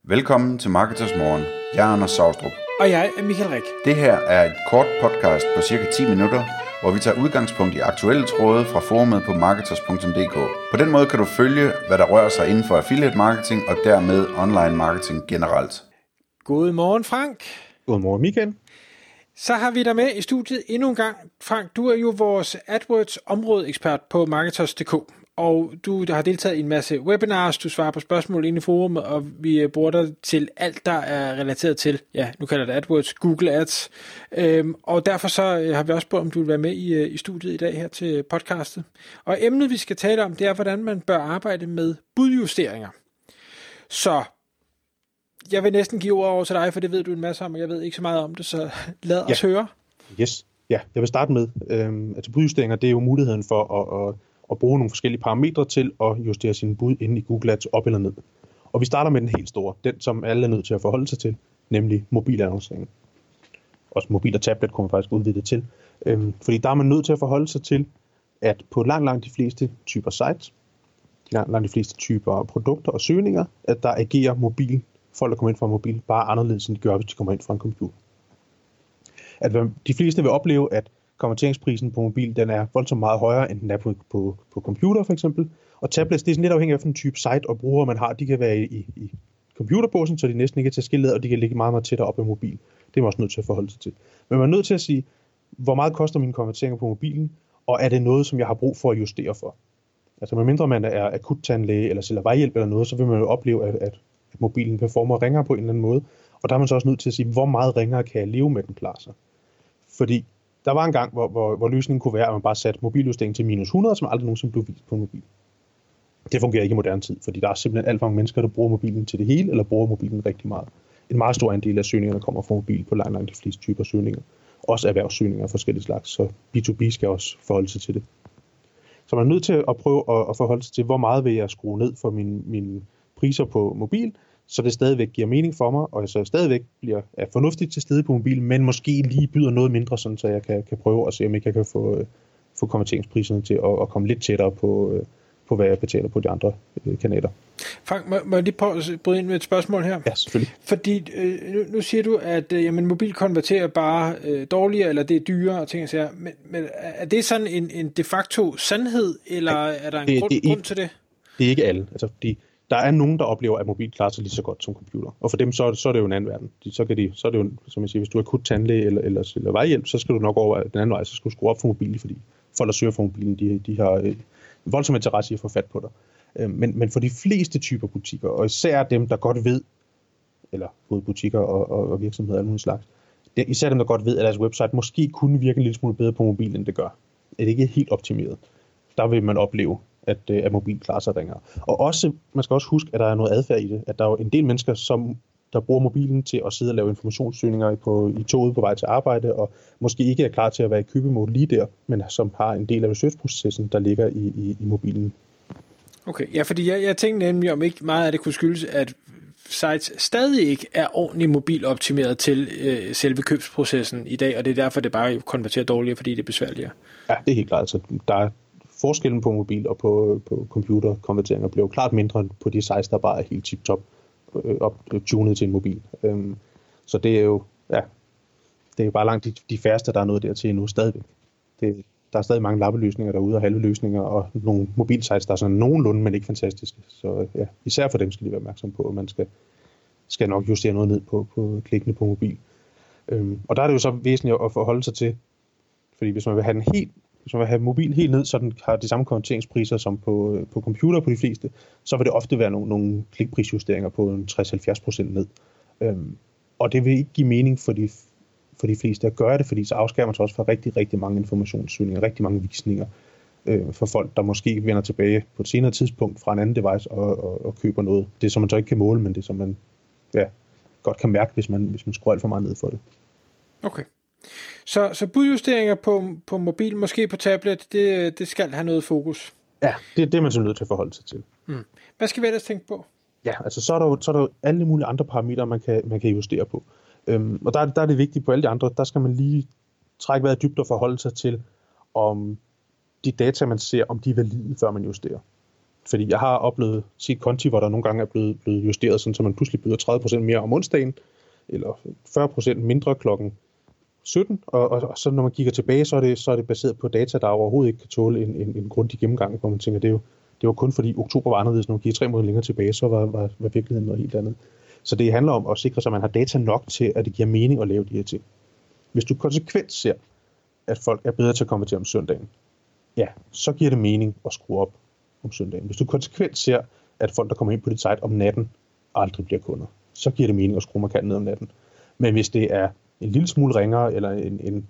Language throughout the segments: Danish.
Velkommen til Marketers Morgen. Jeg er Anders Saustrup. Og jeg er Michael Rik. Det her er et kort podcast på cirka 10 minutter, hvor vi tager udgangspunkt i aktuelle tråde fra forumet på marketers.dk. På den måde kan du følge, hvad der rører sig inden for affiliate marketing og dermed online marketing generelt. God morgen, Frank. God morgen, Michael. Så har vi dig med i studiet endnu en gang. Frank, du er jo vores AdWords områdeekspert på Marketers.dk. Og du har deltaget i en masse webinars, du svarer på spørgsmål inde i forumet, og vi bruger dig til alt, der er relateret til, ja, nu kalder det AdWords, Google Ads. Og derfor så har vi også spurgt, om du vil være med i studiet i dag her til podcastet. Og emnet, vi skal tale om, det er, hvordan man bør arbejde med budjusteringer. Så jeg vil næsten give ordet over til dig, for det ved du en masse om, og jeg ved ikke så meget om det, så lad os høre. Yes. Ja, jeg vil starte med, altså budjusteringer, det er jo muligheden for at bruge nogle forskellige parametre til at justere sine bud inde i Google Ads op eller ned. Og vi starter med den helt store, den som alle er nødt til at forholde sig til, nemlig mobilannoncering. Også mobil og tablet kommer faktisk udvide det til. Fordi der er man nødt til at forholde sig til, at på langt de fleste typer sites, langt de fleste typer produkter og søgninger, at der agerer folk, der kommer ind fra mobil, bare anderledes, end de gør, hvis de kommer ind fra en computer. At de fleste vil opleve, at konverteringsprisen på mobil, den er voldsomt meget højere, end den er på computer for eksempel. Og tablets, det er sådan lidt afhængigt af, hvilken type site og bruger man har. De kan være i computerbåsen, så de næsten ikke er til skillet, og de kan ligge meget tættere op ad mobil. Det er man også nødt til at forholde sig til. Men man er nødt til at sige, hvor meget koster mine konverteringer på mobilen, og er det noget, som jeg har brug for at justere for? Altså medmindre man er akuttandlæge eller sælger vejhjælp eller noget, så vil man jo opleve, at mobilen performer ringere på en eller anden måde. Og der er man så også nødt til at sige, hvor meget ringere kan jeg leve med den klarer sig? Fordi der var en gang, hvor løsningen kunne være, at man bare satte mobiljusteringen til minus 100, som aldrig nogensinde blev vist på en mobil. Det fungerer ikke i moderne tid, fordi der er simpelthen alt for mange mennesker, der bruger mobilen til det hele, eller bruger mobilen rigtig meget. En meget stor andel af søgningerne kommer fra mobil på langt de fleste typer søgninger. Også erhvervssøgninger af forskellige slags, så B2B skal også forholde sig til det. Så man er nødt til at prøve at forholde sig til, hvor meget vil jeg skrue ned for mine priser på mobil, så det stadigvæk giver mening for mig, og så stadigvæk bliver fornuftigt til stede på mobilen, men måske lige byder noget mindre, sådan, så jeg kan prøve at se, om jeg kan få konverteringspriserne til at komme lidt tættere på, hvad jeg betaler på de andre kanaler. Frank, må jeg lige prøve at bryde ind med et spørgsmål her? Ja, selvfølgelig. Fordi nu siger du, at mobil konverterer bare dårligere, eller det er dyrere og ting og sager. Men er det sådan en de facto sandhed, eller er der en grund til det? Det er ikke alle. Altså, der er nogen, der oplever, at mobil klarer sig lige så godt som computer. Og for dem, så er det jo en anden verden. Så er det jo, som jeg siger, hvis du er akut tandlæge eller vejhjælp, så skal du nok over den anden vej, så skal du skrue op for mobilen, fordi folk, der søger for mobilen, de har voldsom interesse i at få fat på dig. Men for de fleste typer butikker, og især dem, der godt ved, eller både butikker og virksomheder af nogle slags, især dem, der godt ved, at deres website måske kunne virke en lille smule bedre på mobilen, end det gør. Er det ikke helt optimeret? Der vil man opleve, at mobil klarer sig ringere. Og også, man skal også huske, at der er noget adfærd i det. At der er jo en del mennesker, der bruger mobilen til at sidde og lave informationssøgninger i toget på vej til arbejde, og måske ikke er klar til at være i købemode lige der, men som har en del af researchprocessen, der ligger i mobilen. Okay, ja, fordi jeg tænkte nemlig, om ikke meget af det kunne skyldes, at sites stadig ikke er ordentligt mobiloptimeret til selve købsprocessen i dag, og det er derfor, det bare konverterer dårligere, fordi det er besværligere. Ja, det er helt klart. Altså, der er forskellen på mobil og på computerkonverteringer bliver jo klart mindre på de sites, der bare er helt tip-top tunet til en mobil. Så det er jo, bare langt de færreste, der er nået dertil endnu stadigvæk. Der er stadig mange lappeløsninger derude og halve løsninger, og nogle mobilsites, der er sådan nogenlunde, men ikke fantastiske. Så ja, især for dem skal de være opmærksom på, at man skal nok justere noget ned på klikkene på mobil. Og der er det jo så væsentligt at forholde sig til, fordi hvis man vil have mobil helt ned, så den har de samme konverteringspriser som på computer på de fleste, så vil det ofte være nogle klikprisjusteringer på 60-70% ned. Og det vil ikke give mening for de fleste at gøre det, fordi så afskærer man sig også fra rigtig, rigtig mange informationssøgninger, rigtig mange visninger for folk, der måske vender tilbage på et senere tidspunkt fra en anden device og køber noget. Det som man så ikke kan måle, men det som man godt kan mærke, hvis man skruer alt for meget ned for det. Okay. Så budjusteringer på mobil, måske på tablet, det skal have noget fokus. Ja, det er man så nødt til at forholde sig til. Hvad skal vi ellers tænke på? Ja, altså så er der jo alle mulige andre parametre, man kan justere på. Og der er det vigtigt på alle de andre, der skal man lige trække vejret dybt og forholde sig til, om de data, man ser, om de er valide, før man justerer. Fordi jeg har set konti, hvor der nogle gange er blevet justeret, sådan, så man pludselig byder 30% mere om onsdagen, eller 40% mindre klokken 17, og så når man kigger tilbage, så er det baseret på data, der overhovedet ikke kan tåle en grundig gennemgang, hvor man tænker, det var kun fordi oktober var anderledes, når man kigger 3 måneder længere tilbage, så var virkeligheden noget helt andet. Så det handler om at sikre sig, at man har data nok til, at det giver mening at lave de her ting. Hvis du konsekvent ser, at folk er bedre til at konvertere om søndagen, ja, så giver det mening at skrue op om søndagen. Hvis du konsekvent ser, at folk, der kommer ind på dit site om natten, aldrig bliver kunder, så giver det mening at skrue markant ned om natten. Men hvis det er en lille smule ringere, eller en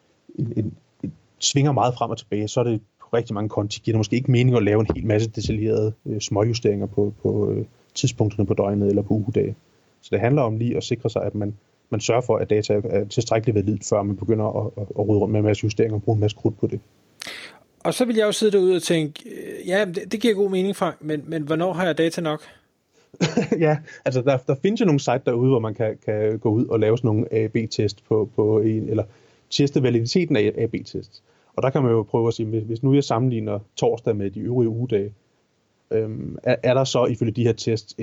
svinger meget frem og tilbage, så er det på rigtig mange konti, giver det måske ikke mening at lave en hel masse detaljerede småjusteringer på tidspunkterne på døgnet eller på ugedage. Så det handler om lige at sikre sig, at man sørger for, at data er tilstrækkeligt validt, før man begynder at rode rundt med en masse justeringer og bruge en masse krudt på det. Og så vil jeg jo sidde derude og tænke, ja, det giver god mening, Frank, men hvornår har jeg data nok? Ja, altså der findes jo nogle sites derude, hvor man kan gå ud og lave sådan nogle A-B-test på en, eller teste validiteten af A-B-test. Og der kan man jo prøve at sige, hvis nu jeg sammenligner torsdag med de øvrige ugedage, er der så ifølge de her tests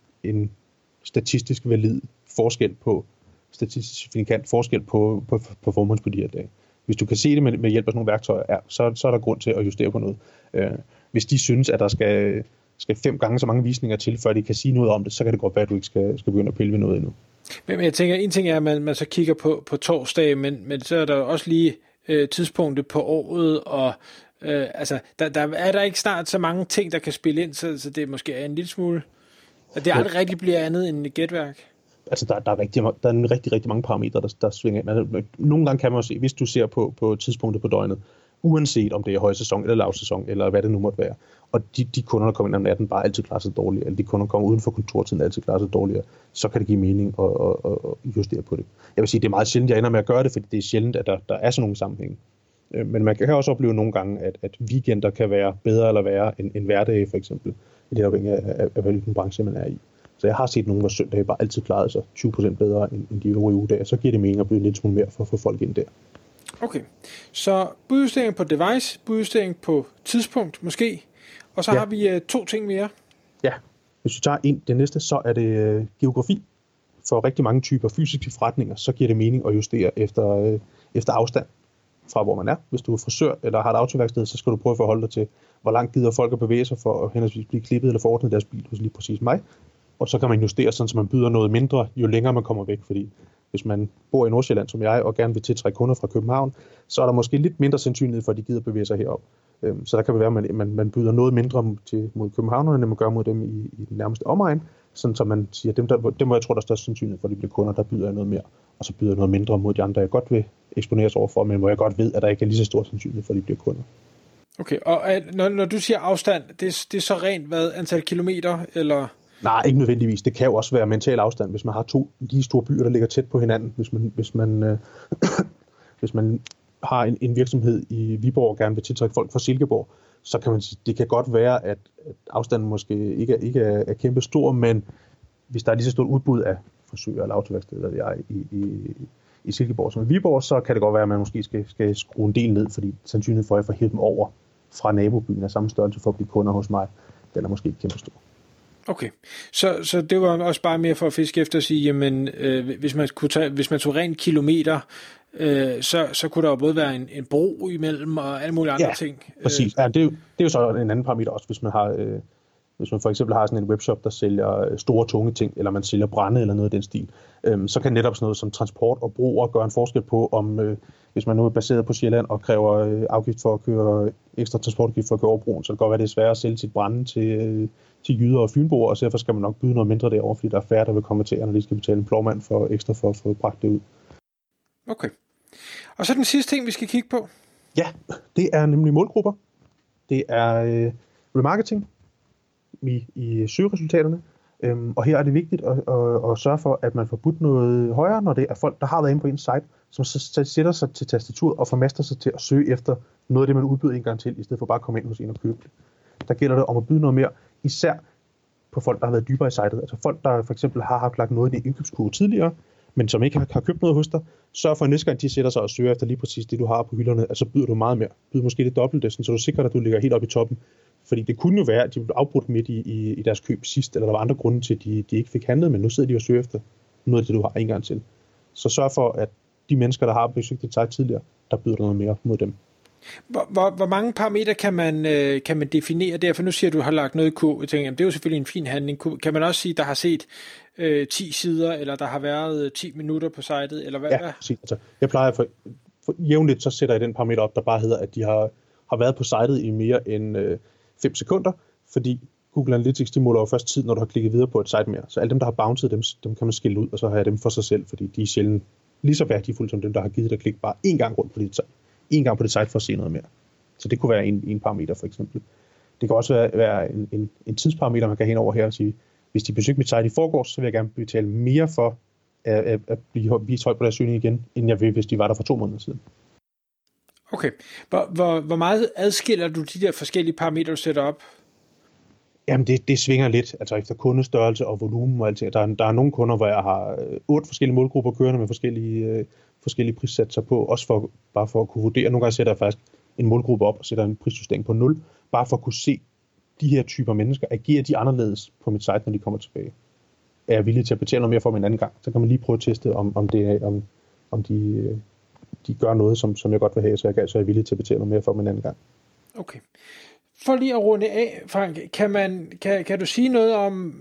en statistisk valid forskel på, statistisk signifikant forskel på performance på de her dage. Hvis du kan se det med hjælp af sådan nogle værktøjer, så er der grund til at justere på noget. Hvis de synes, at der skal 5 gange så mange visninger til, før de kan sige noget om det, så kan det godt være, at du ikke skal begynde at pille ved noget endnu. Men jeg tænker, en ting er, at man så kigger på torsdag, men så er der også lige tidspunktet på året, og altså, der er der ikke snart så mange ting, der kan spille ind, så det måske er en lille smule, at det aldrig rigtig bliver andet end et gætværk. Altså, der er rigtig mange parametre, der svinger ind. Nogle gange kan man jo se, hvis du ser på tidspunktet på døgnet, uanset om det er højsæson eller lavsæson, eller hvad det nu måtte være, og de kunder, der kommer ind om natten, bare altid klarer sig dårligere, eller de kunder, der kommer uden for kontortiden, altid klarer sig dårligere, så kan det give mening at justere på det. Jeg vil sige, det er meget sjældent, jeg ender med at gøre det, fordi det er sjældent, at der er sådan nogle sammenhænge. Men man kan også opleve nogle gange, at weekender kan være bedre eller værre end hverdage, for eksempel, i det afhængig af hvilken branche man er i. Så jeg har set nogle, hvor søndag bare altid klarede sig 20% bedre end de øvrige ugedage, så giver det mening at byde lidt smule mere for at få folk ind der. Okay, så budjustering på device, budjustering på tidspunkt måske, og så har vi 2 ting mere. Ja, hvis vi tager det næste, så er det geografi. For rigtig mange typer fysiske forretninger, så giver det mening at justere efter afstand fra, hvor man er. Hvis du er frisør eller har et autoværksted, så skal du prøve at forholde dig til, hvor langt gider folk at bevæge sig for at henholdsvis blive klippet eller forordnet deres bil hos lige præcis mig. Og så kan man justere sådan, så man byder noget mindre, jo længere man kommer væk, fordi hvis man bor i Nordsjælland, som jeg, og gerne vil tiltrække kunder fra København, så er der måske lidt mindre sandsynlighed for, at de gider bevæge sig herop. Så der kan det være, at man byder noget mindre mod københavnerne, end man gør mod dem i den nærmeste omegn, sådan så man siger, dem hvor jeg tror, der er størst sandsynlighed for, at de bliver kunder, der byder jeg noget mere, og så byder jeg noget mindre mod de andre, jeg godt vil eksponeres overfor, men hvor jeg godt ved, at der ikke er lige så stor sandsynlighed for, at de bliver kunder. Okay, og når du siger afstand, det er så rent hvad, antal kilometer, eller? Nej, ikke nødvendigvis. Det kan jo også være mental afstand, hvis man har 2 lige store byer, der ligger tæt på hinanden. Hvis man har en virksomhed i Viborg og gerne vil tiltrække folk fra Silkeborg, så kan man sige, det kan godt være, at afstanden måske ikke er kæmpe stor, men hvis der er lige så stort udbud af frisører eller autoværksteder i Silkeborg som i Viborg, så kan det godt være, at man måske skal skrue en del ned, fordi sandsynligheden for at få hævet dem over fra nabobyen af samme størrelse for at blive kunder hos mig, den er måske ikke kæmpe stor. Okay, så det var også bare mere for at fiske efter at sige, jamen, hvis man tog rent kilometer, så kunne der jo både være en bro imellem og alle mulige andre ting. Præcis. Ja, det er jo så en anden parameter også, hvis man for eksempel har sådan en webshop, der sælger store, tunge ting, eller man sælger brænde eller noget af den stil, så kan netop sådan noget som transport og broer gøre en forskel på, om hvis man nu er baseret på Sjælland og kræver afgift for at køre, ekstra transportafgift for at køre over broen, så det kan godt være, det er sværere at sælge sit brænde til jyder og fynboer, og så derfor skal man nok byde noget mindre derovre, fordi der er færre, der vil konvertere, når de skal betale en plovmand for ekstra for at få bragt det ud. Okay. Og så den sidste ting, vi skal kigge på? Ja, det er nemlig målgrupper. Det er remarketing i søgeresultaterne. Og her er det vigtigt at sørge for, at man får budt noget højere, når det er folk, der har været inde på en site, som så sætter sig til tastaturet og formaster sig til at søge efter noget af det, man udbyder en gang til, i stedet for bare at komme ind hos en og købe det. Der gælder det om at byde noget mere, især på folk, der har været dybere i sitet. Altså folk, der for eksempel har haft lagt noget i en indkøbskurve tidligere, men som ikke har købt noget hos dig, sørg for, at næste gang de sætter sig og søger efter lige præcis det, du har på hylderne, altså byder du meget mere. Byder måske det dobbelte, så du sikrer dig, at du ligger helt oppe i toppen Fordi det kunne jo være, at de blev afbrudt midt i deres køb sidst, eller der var andre grunde til, at de ikke fik handlet, men nu sidder de og søger efter noget af det, du har en gang til. Så sørg for, at de mennesker, der har besøgt dit site tidligere, der byder noget mere mod dem. Hvor mange parametre kan man definere der? For nu siger du, at du har lagt noget i kurv. Jeg tænker, jamen, det er jo selvfølgelig en fin handling. Kan man også sige, der har set 10 sider, eller der har været 10 minutter på sitet? Eller hvad? Ja, præcis. Altså, jeg plejer for jævnligt, så sætter jeg den parameter op, der bare hedder, at de har været på sitet i mere end 5 sekunder, fordi Google Analytics, de måler jo først tid, når du har klikket videre på et site mere. Så alle dem, der har bounced, dem kan man skille ud, og så har jeg dem for sig selv, fordi de er sjældent lige så værdifulde som dem, der har givet dig klik bare én gang rundt på dit site. En gang på det site for at se noget mere. Så det kunne være en parameter for eksempel. Det kan også være en tidsparameter, man kan hen over her og sige, hvis de besøgte mit site i forgårs, så vil jeg gerne betale mere for at blive vist højt på deres søgning igen, end jeg vil, hvis de var der for 2 måneder siden. Okay. Hvor meget adskiller du de der forskellige parametre, du sætter op? Jamen det svinger lidt, altså efter kundestørrelse og volumen og alt det. Der er nogle kunder, hvor jeg har 8 forskellige målgrupper kørende med forskellige prissatser på, også bare for at kunne vurdere. Nogle gange sætter jeg faktisk en målgruppe op og sætter en prisjustering på 0, bare for at kunne se de her typer mennesker, agerer de anderledes på mit site, når de kommer tilbage. Er jeg villig til at betale noget mere for dem en anden gang, så kan man lige prøve at teste, om de gør noget, som jeg godt vil have, så jeg er villig til at betale noget mere for dem en anden gang. Okay. For lige at runde af, Frank, kan du sige noget om,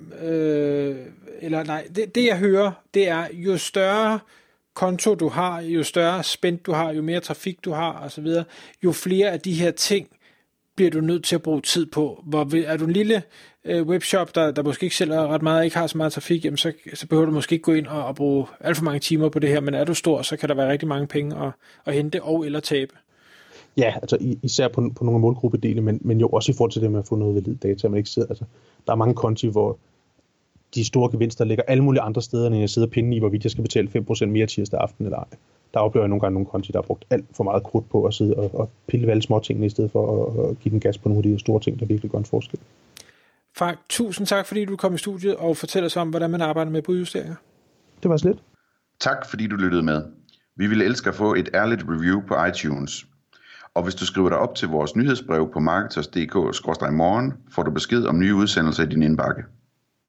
eller nej, det jeg hører, det er, jo større konto du har, jo større spend du har, jo mere trafik du har osv., jo flere af de her ting bliver du nødt til at bruge tid på. Er du en lille webshop, der måske ikke sælger ret meget og ikke har så meget trafik, jamen så behøver du måske ikke gå ind og bruge alt for mange timer på det her, men er du stor, så kan der være rigtig mange penge at hente og eller tabe. Ja, altså især på nogle målgruppedele, men jo også i forhold til det med at få noget valid data, man ikke sidder. Altså, der er mange konti, hvor de store gevinster ligger alle mulige andre steder, end jeg sidder og pinde i, hvorvidt jeg skal betale 5% mere tirsdag aften eller ej. Der oplever jeg nogle gange nogle konti, der har brugt alt for meget krudt på at sidde og pille ved alle små tingene, i stedet for at give den gas på nogle af de store ting, der virkelig gør en forskel. Frank, tusind tak, fordi du kom i studiet og fortæller os om, hvordan man arbejder med budjusteringer. Det var så lidt. Tak, fordi du lyttede med. Vi ville elske at få et ærligt review på iTunes. Og hvis du skriver dig op til vores nyhedsbrev på marketers.dk/morgen, får du besked om nye udsendelser i din indbakke.